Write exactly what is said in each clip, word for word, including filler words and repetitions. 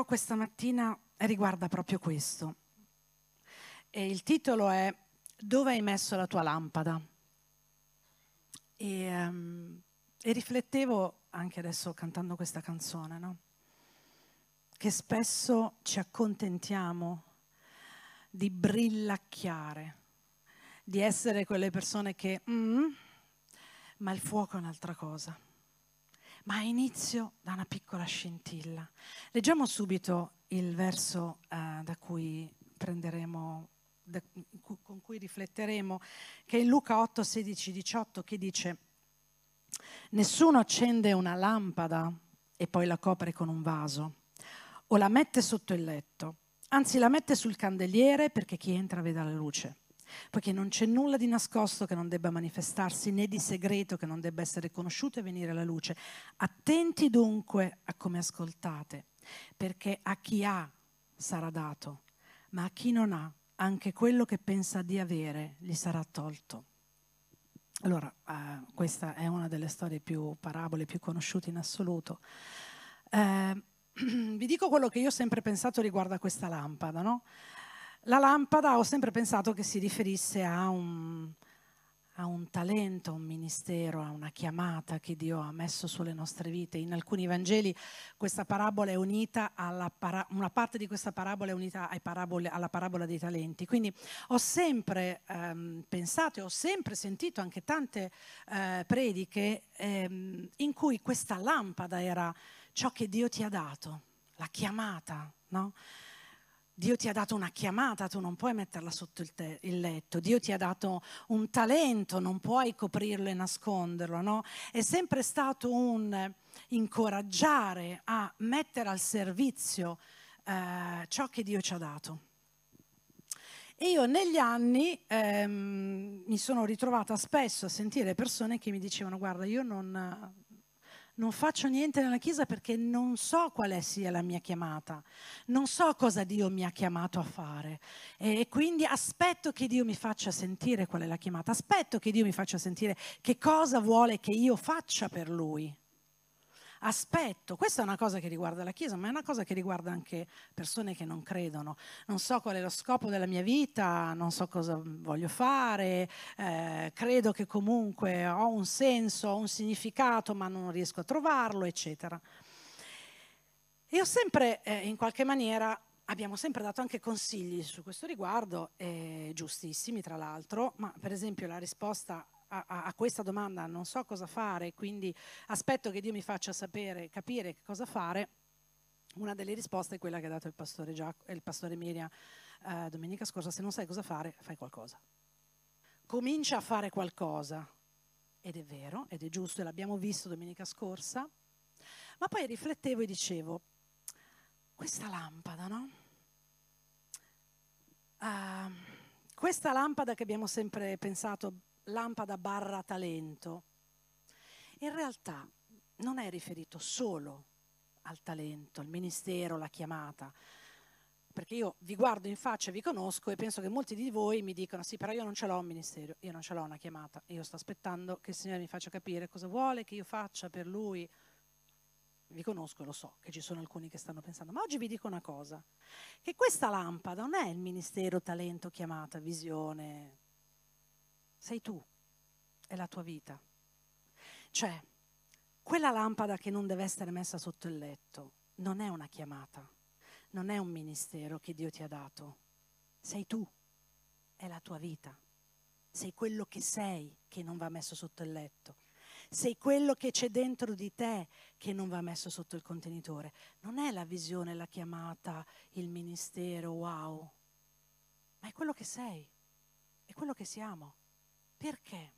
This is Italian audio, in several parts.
però questa mattina riguarda proprio questo. E il titolo è "Dove hai messo la tua lampada?". E, um, e riflettevo anche adesso cantando questa canzone, no? Che spesso ci accontentiamo di brillacchiare, di essere quelle persone che mm, ma il fuoco è un'altra cosa. Ma inizio da una piccola scintilla. Leggiamo subito il verso eh, da cui prenderemo, da, con cui rifletteremo, che è Luca otto, sedici, diciotto, che dice: nessuno accende una lampada e poi la copre con un vaso o la mette sotto il letto, anzi la mette sul candeliere perché chi entra veda la luce. Poiché non c'è nulla di nascosto che non debba manifestarsi, né di segreto che non debba essere conosciuto e venire alla luce. Attenti dunque a come ascoltate, perché a chi ha sarà dato, ma a chi non ha, anche quello che pensa di avere gli sarà tolto. Allora, eh, questa è una delle storie più parabole, più conosciute in assoluto. Eh, vi dico quello che io ho sempre pensato riguardo a questa lampada, no? La lampada ho sempre pensato che si riferisse a un, a un talento, a un ministero, a una chiamata che Dio ha messo sulle nostre vite. In alcuni Vangeli questa parabola è unita alla para- una parte di questa parabola è unita ai parabole, alla parabola dei talenti. Quindi ho sempre ehm, pensato e ho sempre sentito anche tante eh, prediche ehm, in cui questa lampada era ciò che Dio ti ha dato, la chiamata, no? Dio ti ha dato una chiamata, tu non puoi metterla sotto il, te- il letto. Dio ti ha dato un talento, non puoi coprirlo e nasconderlo, no? È sempre stato un incoraggiare a mettere al servizio eh, ciò che Dio ci ha dato. E io negli anni ehm, mi sono ritrovata spesso a sentire persone che mi dicevano: guarda, io non... non faccio niente nella Chiesa perché non so quale sia la mia chiamata, non so cosa Dio mi ha chiamato a fare e quindi aspetto che Dio mi faccia sentire qual è la chiamata, aspetto che Dio mi faccia sentire che cosa vuole che io faccia per Lui. Aspetto, questa è una cosa che riguarda la Chiesa, ma è una cosa che riguarda anche persone che non credono. Non so qual è lo scopo della mia vita, non so cosa voglio fare, eh, credo che comunque ho un senso, ho un significato, ma non riesco a trovarlo, eccetera. E ho sempre, eh, in qualche maniera, abbiamo sempre dato anche consigli su questo riguardo, eh, giustissimi tra l'altro, ma per esempio la risposta A, a questa domanda non so cosa fare, quindi aspetto che Dio mi faccia sapere, capire che cosa fare. Una delle risposte è quella che ha dato il pastore, Giac- il pastore Miriam eh, domenica scorsa: se non sai cosa fare, fai qualcosa. Comincia a fare qualcosa. Ed è vero, ed è giusto, e l'abbiamo visto domenica scorsa. Ma poi riflettevo e dicevo: questa lampada, no? Uh, questa lampada che abbiamo sempre pensato lampada barra talento, in realtà non è riferito solo al talento, al ministero, alla chiamata, perché io vi guardo in faccia, vi conosco e penso che molti di voi mi dicono: sì, però io non ce l'ho un ministero, io non ce l'ho una chiamata, io sto aspettando che il Signore mi faccia capire cosa vuole che io faccia per Lui. Vi conosco e lo so che ci sono alcuni che stanno pensando, ma oggi vi dico una cosa, che questa lampada non è il ministero, talento, chiamata, visione, sei tu, è la tua vita. Cioè, quella lampada che non deve essere messa sotto il letto non è una chiamata, non è un ministero che Dio ti ha dato, sei tu, è la tua vita, sei quello che sei che non va messo sotto il letto. Sei quello che c'è dentro di te che non va messo sotto il contenitore. Non è la visione, la chiamata, il ministero, wow, ma è quello che sei, è quello che siamo. Perché?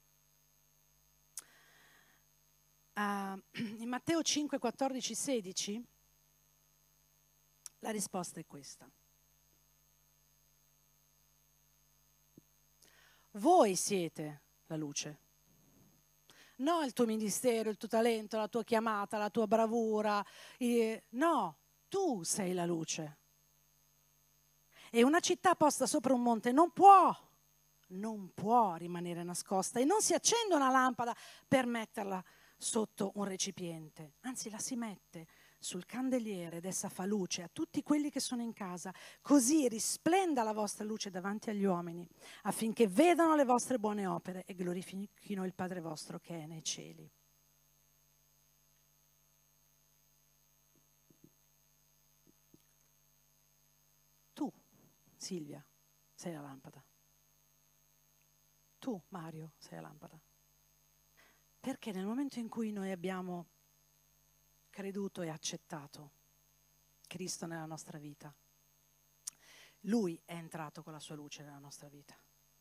Uh, in Matteo cinque, quattordici, sedici la risposta è questa. Voi siete la luce. No il tuo ministero, il tuo talento, la tua chiamata, la tua bravura. Eh, no, tu sei la luce. E una città posta sopra un monte non può, non può rimanere nascosta. E non si accende una lampada per metterla sotto un recipiente. Anzi, la si mette sul candeliere ed essa fa luce a tutti quelli che sono in casa, così risplenda la vostra luce davanti agli uomini, affinché vedano le vostre buone opere e glorifichino il Padre vostro che è nei cieli. Tu, Silvia, sei la lampada. Tu, Mario, sei la lampada. Perché nel momento in cui noi abbiamo creduto e accettato Cristo nella nostra vita, Lui è entrato con la sua luce nella nostra vita.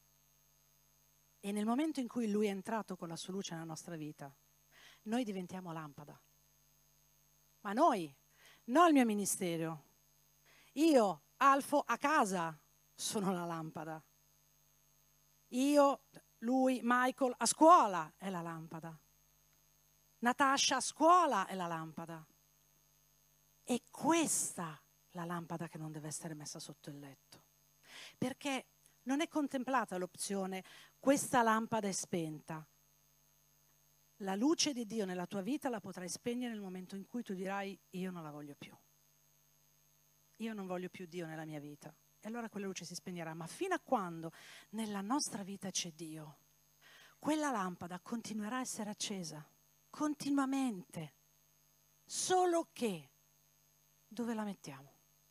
E nel momento in cui Lui è entrato con la sua luce nella nostra vita, noi diventiamo lampada. Ma noi, non il mio ministero. Io, Alfo, a casa sono la lampada. Io, lui, Michael, a scuola è la lampada. Natascia a scuola è la lampada. È questa la lampada che non deve essere messa sotto il letto. Perché non è contemplata l'opzione questa lampada è spenta. La luce di Dio nella tua vita la potrai spegnere nel momento in cui tu dirai io non la voglio più. Io non voglio più Dio nella mia vita. E allora quella luce si spegnerà. Ma fino a quando nella nostra vita c'è Dio, quella lampada continuerà a essere accesa. Continuamente. Solo che dove la mettiamo?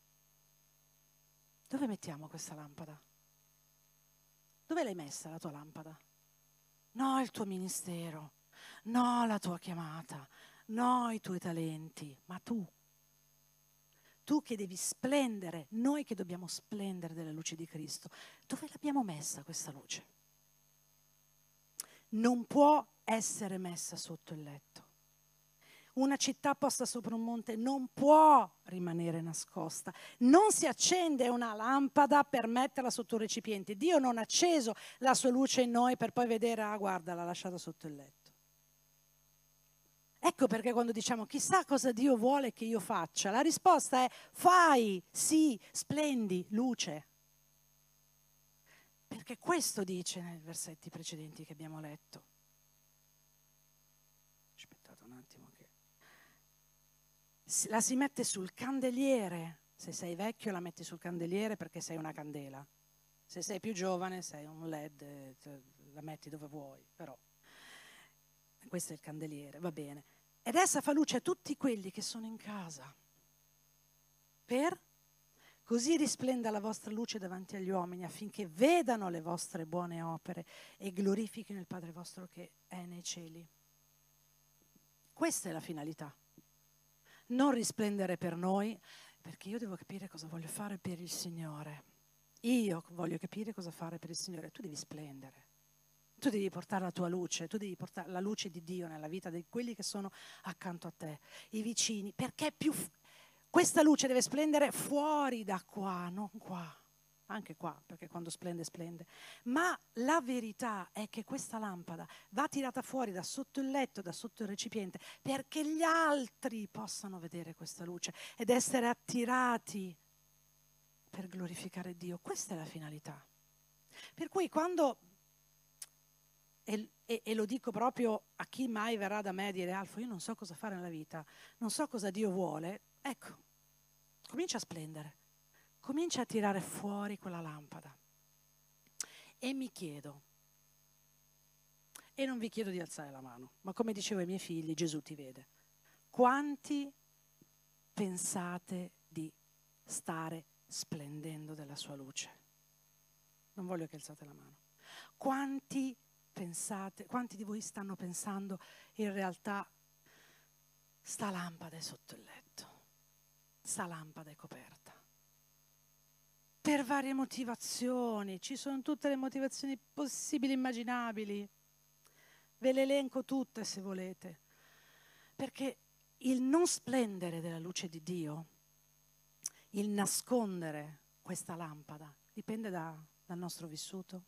Dove mettiamo questa lampada? Dove l'hai messa la tua lampada? No, il tuo ministero, no, la tua chiamata, no, i tuoi talenti, ma tu. Tu che devi splendere, noi che dobbiamo splendere della luce di Cristo. Dove l'abbiamo messa questa luce? Non può essere messa sotto il letto. Una città posta sopra un monte non può rimanere nascosta. Non si accende una lampada per metterla sotto un recipiente. Dio non ha acceso la sua luce in noi per poi vedere, ah guarda, l'ha lasciata sotto il letto. Ecco perché quando diciamo chissà cosa Dio vuole che io faccia, la risposta è fai, sì, splendi, luce. Perché questo dice nei versetti precedenti che abbiamo letto. Aspettate un attimo che... La si mette sul candeliere. Se sei vecchio la metti sul candeliere perché sei una candela. Se sei più giovane sei un led, la metti dove vuoi, però questo è il candeliere, va bene. Ed essa fa luce a tutti quelli che sono in casa. Per? Così risplenda la vostra luce davanti agli uomini affinché vedano le vostre buone opere e glorifichino il Padre vostro che è nei cieli. Questa è la finalità. Non risplendere per noi, perché io devo capire cosa voglio fare per il Signore. Io voglio capire cosa fare per il Signore. Tu devi splendere. Tu devi portare la tua luce, tu devi portare la luce di Dio nella vita di quelli che sono accanto a te, i vicini, perché più f- questa luce deve splendere fuori da qua, non qua, anche qua, perché quando splende, splende. Ma la verità è che questa lampada va tirata fuori da sotto il letto, da sotto il recipiente, perché gli altri possano vedere questa luce ed essere attirati per glorificare Dio. Questa è la finalità. Per cui quando... E, e, e lo dico proprio a chi mai verrà da me a dire Alfo, io non so cosa fare nella vita, non so cosa Dio vuole, ecco, comincia a splendere, comincia a tirare fuori quella lampada. E mi chiedo, e non vi chiedo di alzare la mano, ma come dicevo ai miei figli, Gesù ti vede, quanti pensate di stare splendendo della sua luce? Non voglio che alzate la mano. Quanti pensate, quanti di voi stanno pensando in realtà sta lampada è sotto il letto, sta lampada è coperta? Per varie motivazioni, ci sono tutte le motivazioni possibili e immaginabili, ve le elenco tutte se volete, perché il non splendere della luce di Dio, il nascondere questa lampada, dipende da, dal nostro vissuto,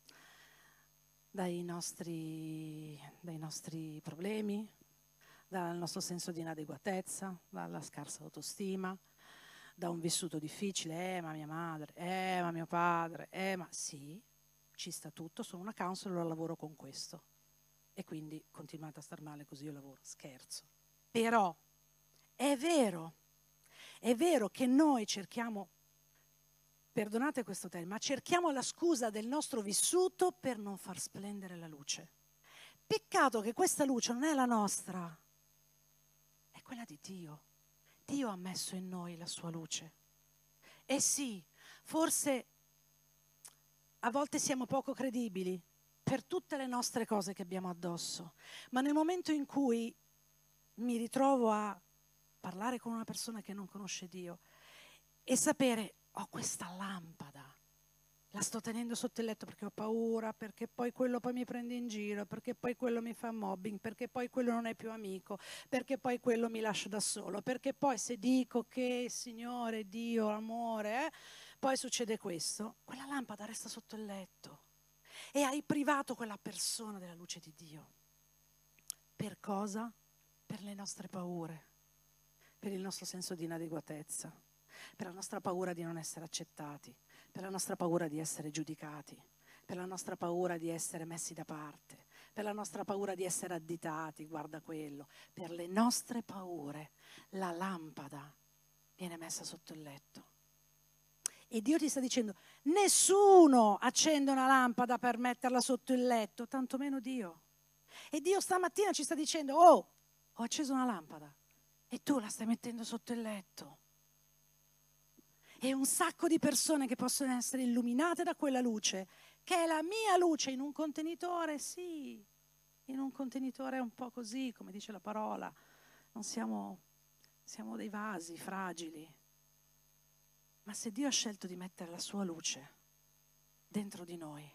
Dai nostri, dai nostri problemi, dal nostro senso di inadeguatezza, dalla scarsa autostima, da un vissuto difficile, eh ma mia madre, eh ma mio padre, eh ma sì, ci sta tutto, sono una counselor, lavoro con questo e quindi continuate a star male così io lavoro, scherzo. Però È vero, è vero che noi cerchiamo, perdonate questo termine, ma cerchiamo la scusa del nostro vissuto per non far splendere la luce. Peccato che questa luce non è la nostra, è quella di Dio. Dio ha messo in noi la sua luce. E sì, forse a volte siamo poco credibili per tutte le nostre cose che abbiamo addosso, ma nel momento in cui mi ritrovo a parlare con una persona che non conosce Dio e sapere, ho questa lampada, la sto tenendo sotto il letto perché ho paura, perché poi quello poi mi prende in giro, perché poi quello mi fa mobbing, perché poi quello non è più amico, perché poi quello mi lascia da solo, perché poi se dico che Signore, Dio, amore, eh, poi succede questo, quella lampada resta sotto il letto e hai privato quella persona della luce di Dio. Per cosa? Per le nostre paure, per il nostro senso di inadeguatezza, per la nostra paura di non essere accettati, per la nostra paura di essere giudicati, per la nostra paura di essere messi da parte, per la nostra paura di essere additati, guarda quello. Per le nostre paure la lampada viene messa sotto il letto. E Dio ti sta dicendo, nessuno accende una lampada per metterla sotto il letto, tantomeno Dio. E Dio stamattina ci sta dicendo, oh, ho acceso una lampada e tu la stai mettendo sotto il letto. E un sacco di persone che possono essere illuminate da quella luce, che è la mia luce in un contenitore, sì, in un contenitore un po' così, come dice la parola. Non siamo, siamo dei vasi fragili. Ma se Dio ha scelto di mettere la sua luce dentro di noi,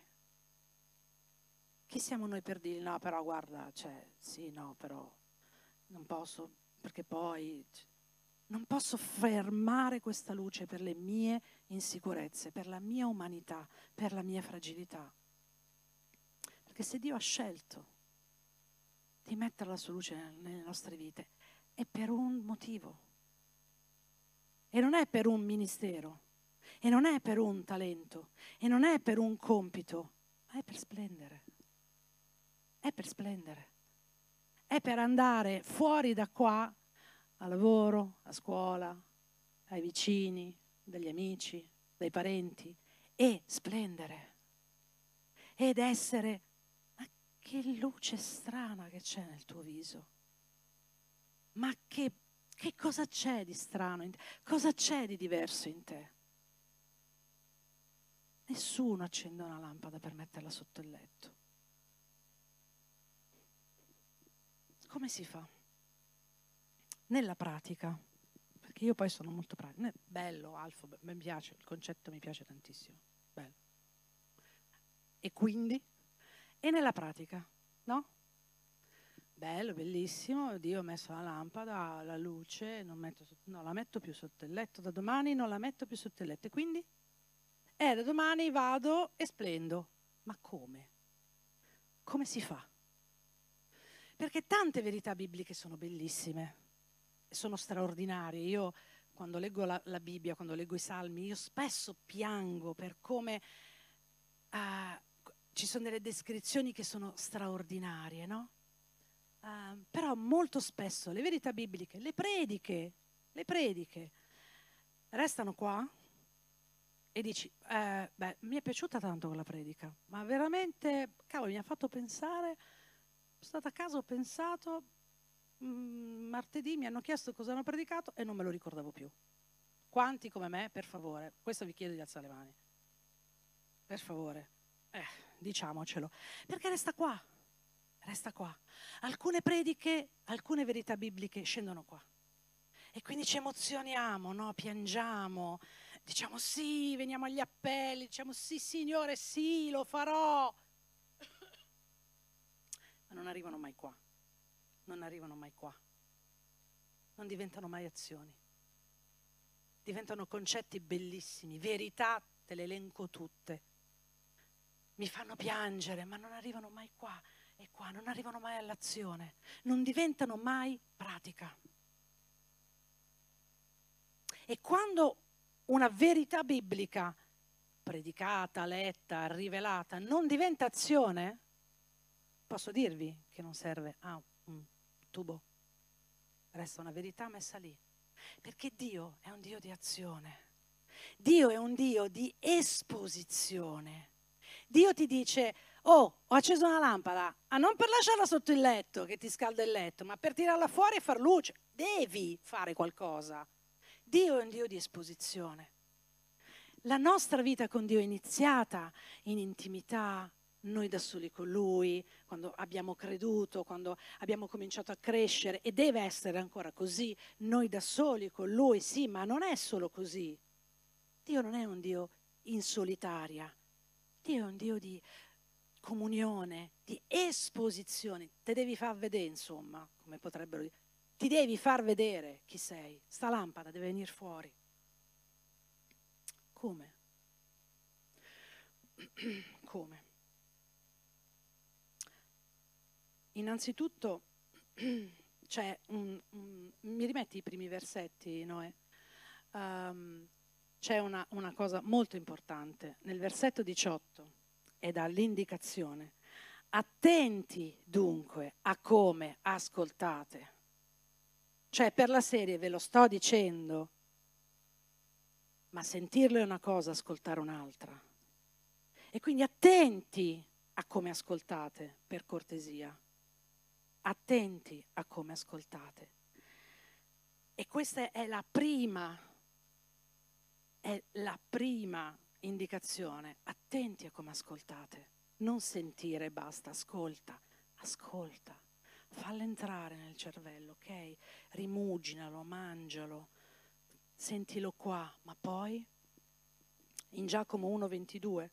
chi siamo noi per dire no, però guarda, cioè, sì, no, però non posso, perché poi non posso fermare questa luce per le mie insicurezze, per la mia umanità, per la mia fragilità. Perché se Dio ha scelto di mettere la sua luce nelle nostre vite, è per un motivo. E non è per un ministero, e non è per un talento, e non è per un compito, ma è per splendere. È per splendere. È per andare fuori da qua, a lavoro, a scuola, ai vicini, dagli amici, dai parenti, e splendere. Ed essere, ma che luce strana che c'è nel tuo viso. Ma che, che cosa c'è di strano in te? Cosa c'è di diverso in te? Nessuno accende una lampada per metterla sotto il letto. Come si fa? Nella pratica, perché io poi sono molto pratica. Bello, Alfo, mi piace, il concetto mi piace tantissimo. Bello. E quindi? E nella pratica, no? Bello, bellissimo, Dio ha messo la lampada, la luce, non, metto sotto, non la metto più sotto il letto, da domani non la metto più sotto il letto. E quindi? Eh, da domani vado e splendo. Ma come? Come si fa? Perché tante verità bibliche sono bellissime, sono straordinarie. Io quando leggo la, la Bibbia, quando leggo i Salmi, io spesso piango per come uh, ci sono delle descrizioni che sono straordinarie, no? Uh, però molto spesso le verità bibliche, le prediche, le prediche restano qua e dici, eh, beh, mi è piaciuta tanto quella predica, ma veramente, cavolo, mi ha fatto pensare, sono stata a casa, ho pensato, mh, martedì mi hanno chiesto cosa hanno predicato e non me lo ricordavo più. Quanti come me, per favore, questo vi chiedo di alzare le mani, per favore, eh, diciamocelo, perché resta qua. Resta qua. Alcune prediche, alcune verità bibliche scendono qua. E quindi ci emozioniamo, no? Piangiamo, diciamo sì, veniamo agli appelli, diciamo sì, Signore, sì, lo farò. Ma non arrivano mai qua. Non arrivano mai qua. Non diventano mai azioni. Diventano concetti bellissimi, verità, te le elenco tutte. Mi fanno piangere, ma non arrivano mai qua. E qua non arrivano mai all'azione, non diventano mai pratica. E quando una verità biblica, predicata, letta, rivelata, non diventa azione, posso dirvi che non serve a un tubo. resta una verità messa lì. Perché Dio è un Dio di azione. Dio è un Dio di esposizione. Dio ti dice, oh, ho acceso una lampada, ah, non per lasciarla sotto il letto che ti scalda il letto, ma per tirarla fuori e far luce. Devi fare qualcosa. Dio è un Dio di esposizione. La nostra vita con Dio è iniziata in intimità, noi da soli con Lui, quando abbiamo creduto, quando abbiamo cominciato a crescere, e deve essere ancora così, noi da soli con Lui, sì, ma non è solo così. Dio non è un Dio in solitaria, Dio è un Dio di comunione, di esposizione. Te devi far vedere, insomma, come potrebbero dire, ti devi far vedere chi sei. Sta lampada deve venire fuori. Come? Come? Innanzitutto c'è un, un... Mi rimetti i primi versetti, Noè? Um, c'è una, una cosa molto importante. Nel versetto diciotto è dall'indicazione. Attenti dunque a come ascoltate. Cioè, per la serie ve lo sto dicendo, ma sentirlo è una cosa, ascoltare un'altra. E quindi attenti a come ascoltate, per cortesia. Attenti a come ascoltate. E questa è la prima, è la prima indicazione. Attenti a come ascoltate. Non sentire e basta, ascolta, ascolta. Fallo entrare nel cervello, ok? Rimuginalo, mangialo, sentilo qua, ma poi in Giacomo uno ventidue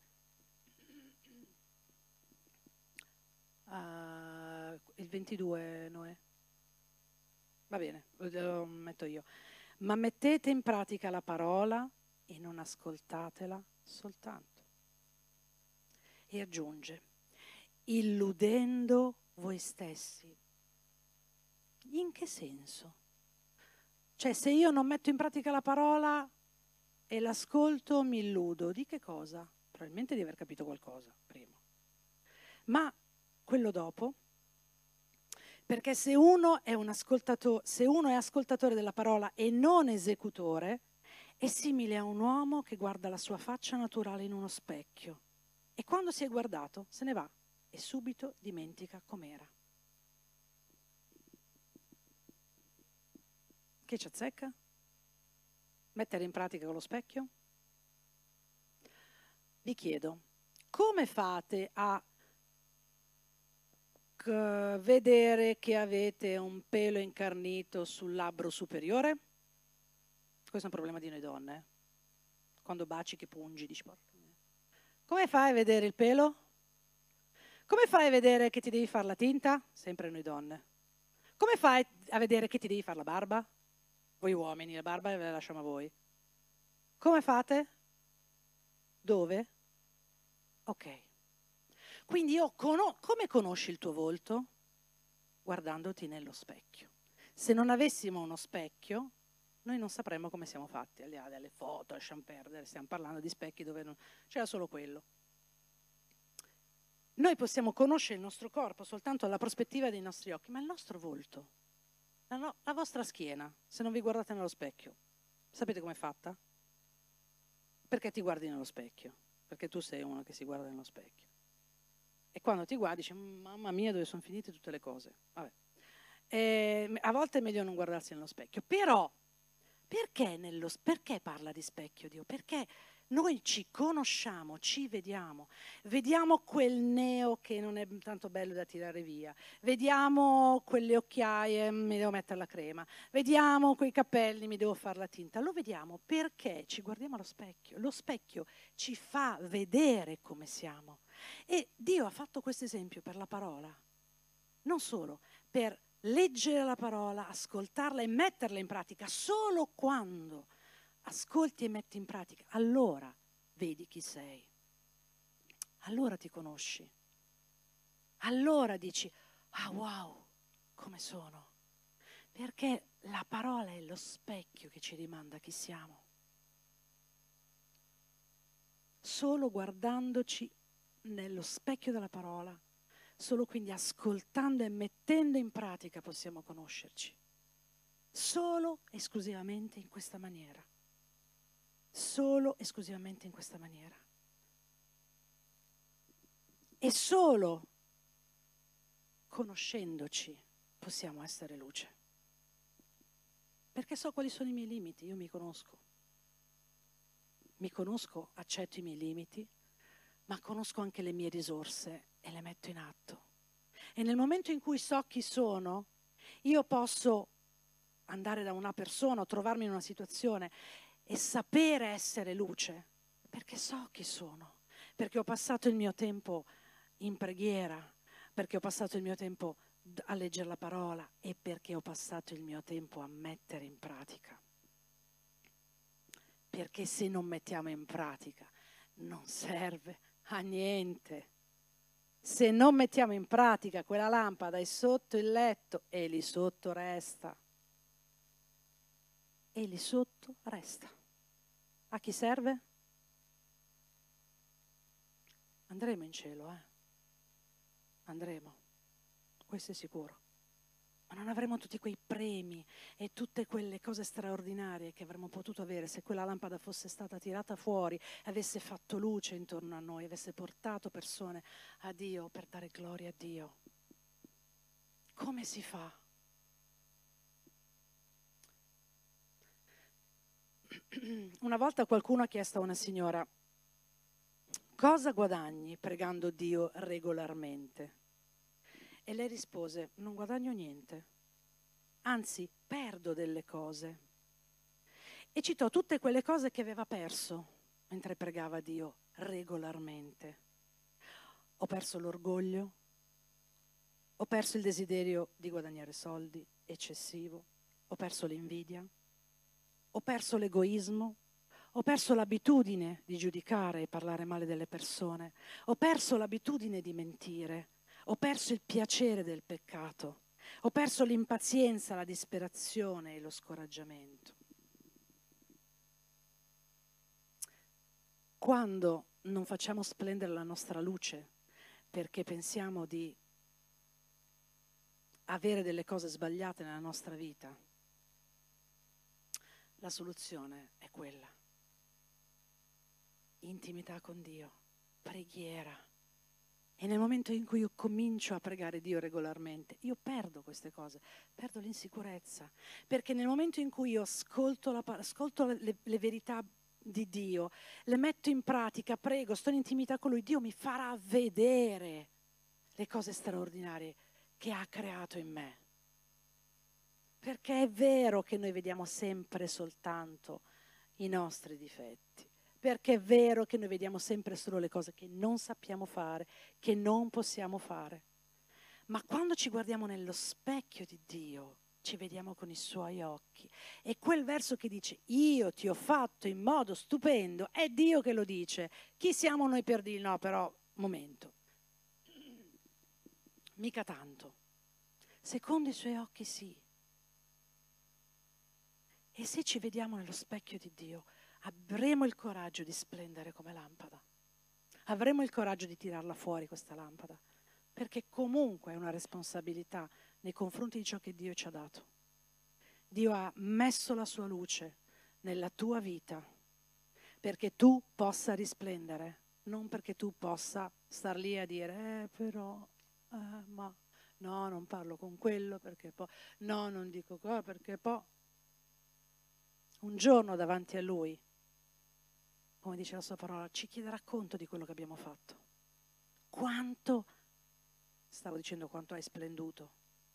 uh, il ventidue, Noè? Va bene, lo metto io. Ma mettete in pratica la parola e non ascoltatela soltanto. E aggiunge, illudendo voi stessi. In che senso? Cioè, se io non metto in pratica la parola e l'ascolto, mi illudo. Di che cosa? Probabilmente di aver capito qualcosa, primo. Ma quello dopo, perché se uno è un ascoltatore, se uno è ascoltatore della parola e non esecutore, è simile a un uomo che guarda la sua faccia naturale in uno specchio e quando si è guardato se ne va e subito dimentica com'era. Che ci azzecca? Mettere in pratica con lo specchio? Vi chiedo, come fate a c- vedere che avete un pelo incarnito sul labbro superiore? Questo è un problema di noi donne. Eh? Quando baci che pungi, dici porca mia. Come fai a vedere il pelo? Come fai a vedere che ti devi fare la tinta? Sempre noi donne. Come fai a vedere che ti devi fare la barba? Voi uomini, la barba ve la lasciamo a voi. Come fate? Dove? Ok. Quindi io conos- come conosci il tuo volto? Guardandoti nello specchio. Se non avessimo uno specchio, noi non sapremmo come siamo fatti, al di là delle foto, lasciamo perdere, stiamo parlando di specchi dove non... c'era solo quello. Noi possiamo conoscere il nostro corpo soltanto dalla prospettiva dei nostri occhi, ma il nostro volto, la, no- la vostra schiena, se non vi guardate nello specchio, sapete com'è fatta? Perché ti guardi nello specchio? Perché tu sei uno che si guarda nello specchio. E quando ti guardi dici, mamma mia, dove sono finite tutte le cose? Vabbè. E, a volte è meglio non guardarsi nello specchio, però perché, nello, perché parla di specchio Dio? Perché noi ci conosciamo, ci vediamo, vediamo quel neo che non è tanto bello da tirare via, vediamo quelle occhiaie, mi devo mettere la crema, vediamo quei capelli, mi devo fare la tinta, lo vediamo perché ci guardiamo allo specchio, lo specchio ci fa vedere come siamo. E Dio ha fatto questo esempio per la parola, non solo, per leggere la parola, ascoltarla e metterla in pratica. Solo quando ascolti e metti in pratica, allora vedi chi sei, allora ti conosci, allora dici, ah wow, come sono, perché la parola è lo specchio che ci rimanda chi siamo. Solo guardandoci nello specchio della parola, solo quindi ascoltando e mettendo in pratica possiamo conoscerci. Solo esclusivamente in questa maniera. Solo esclusivamente in questa maniera. E solo conoscendoci possiamo essere luce. Perché so quali sono i miei limiti, io mi conosco. Mi conosco, accetto i miei limiti, ma conosco anche le mie risorse e le metto in atto. E nel momento in cui so chi sono, io posso andare da una persona o trovarmi in una situazione e sapere essere luce, perché so chi sono, perché ho passato il mio tempo in preghiera, perché ho passato il mio tempo a leggere la parola e perché ho passato il mio tempo a mettere in pratica. Perché se non mettiamo in pratica non serve a niente. Se non mettiamo in pratica quella lampada è sotto il letto e lì sotto resta. E lì sotto resta. A chi serve? Andremo in cielo, eh? Andremo, questo è sicuro. Ma non avremo tutti quei premi e tutte quelle cose straordinarie che avremmo potuto avere se quella lampada fosse stata tirata fuori, avesse fatto luce intorno a noi, avesse portato persone a Dio per dare gloria a Dio. Come si fa? Una volta qualcuno ha chiesto a una signora: cosa guadagni pregando Dio regolarmente? E lei rispose: non guadagno niente, anzi perdo delle cose. E citò tutte quelle cose che aveva perso mentre pregava Dio regolarmente. Ho perso l'orgoglio, ho perso il desiderio di guadagnare soldi eccessivo, ho perso l'invidia, ho perso l'egoismo, ho perso l'abitudine di giudicare e parlare male delle persone, ho perso l'abitudine di mentire, ho perso il piacere del peccato, ho perso l'impazienza, la disperazione e lo scoraggiamento. Quando non facciamo splendere la nostra luce perché pensiamo di avere delle cose sbagliate nella nostra vita, la soluzione è quella. Intimità con Dio, preghiera. E nel momento in cui io comincio a pregare Dio regolarmente, io perdo queste cose, perdo l'insicurezza. Perché nel momento in cui io ascolto, la, ascolto le, le verità di Dio, le metto in pratica, prego, sto in intimità con Lui, Dio mi farà vedere le cose straordinarie che ha creato in me. Perché è vero che noi vediamo sempre soltanto i nostri difetti. Perché è vero che noi vediamo sempre solo le cose che non sappiamo fare, che non possiamo fare. Ma quando ci guardiamo nello specchio di Dio, ci vediamo con i Suoi occhi. E quel verso che dice, io ti ho fatto in modo stupendo, è Dio che lo dice. Chi siamo noi per dire no, però, momento. Mica tanto. Secondo i Suoi occhi sì. E se ci vediamo nello specchio di Dio, avremo il coraggio di splendere come lampada. Avremo il coraggio di tirarla fuori questa lampada, perché comunque è una responsabilità nei confronti di ciò che Dio ci ha dato. Dio ha messo la sua luce nella tua vita perché tu possa risplendere, non perché tu possa star lì a dire eh però, eh, ma no, non parlo con quello perché poi, no, non dico qua perché poi. Un giorno davanti a Lui, come dice la sua parola, ci chiederà conto di quello che abbiamo fatto. Quanto, stavo dicendo quanto hai splenduto.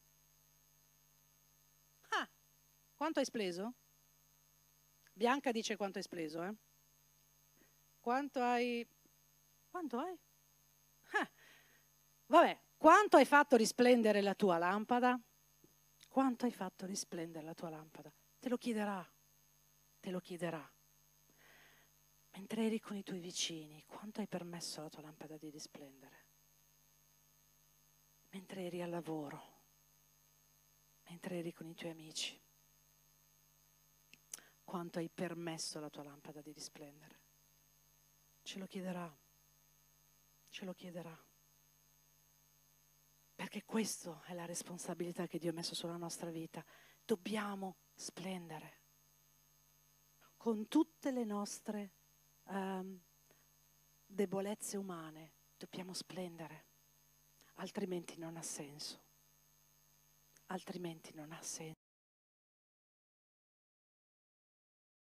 Ah, quanto hai spleso? Bianca dice quanto hai spleso, eh? Quanto hai... Quanto hai? Ah, vabbè, quanto hai fatto risplendere la tua lampada? Quanto hai fatto risplendere la tua lampada? Te lo chiederà, te lo chiederà. Mentre eri con i tuoi vicini, quanto hai permesso alla tua lampada di risplendere? Mentre eri al lavoro, mentre eri con i tuoi amici, quanto hai permesso alla tua lampada di risplendere? Ce lo chiederà, ce lo chiederà. Perché questa è la responsabilità che Dio ha messo sulla nostra vita. Dobbiamo splendere. Con tutte le nostre um, debolezze umane dobbiamo splendere, altrimenti non ha senso. Altrimenti non ha senso.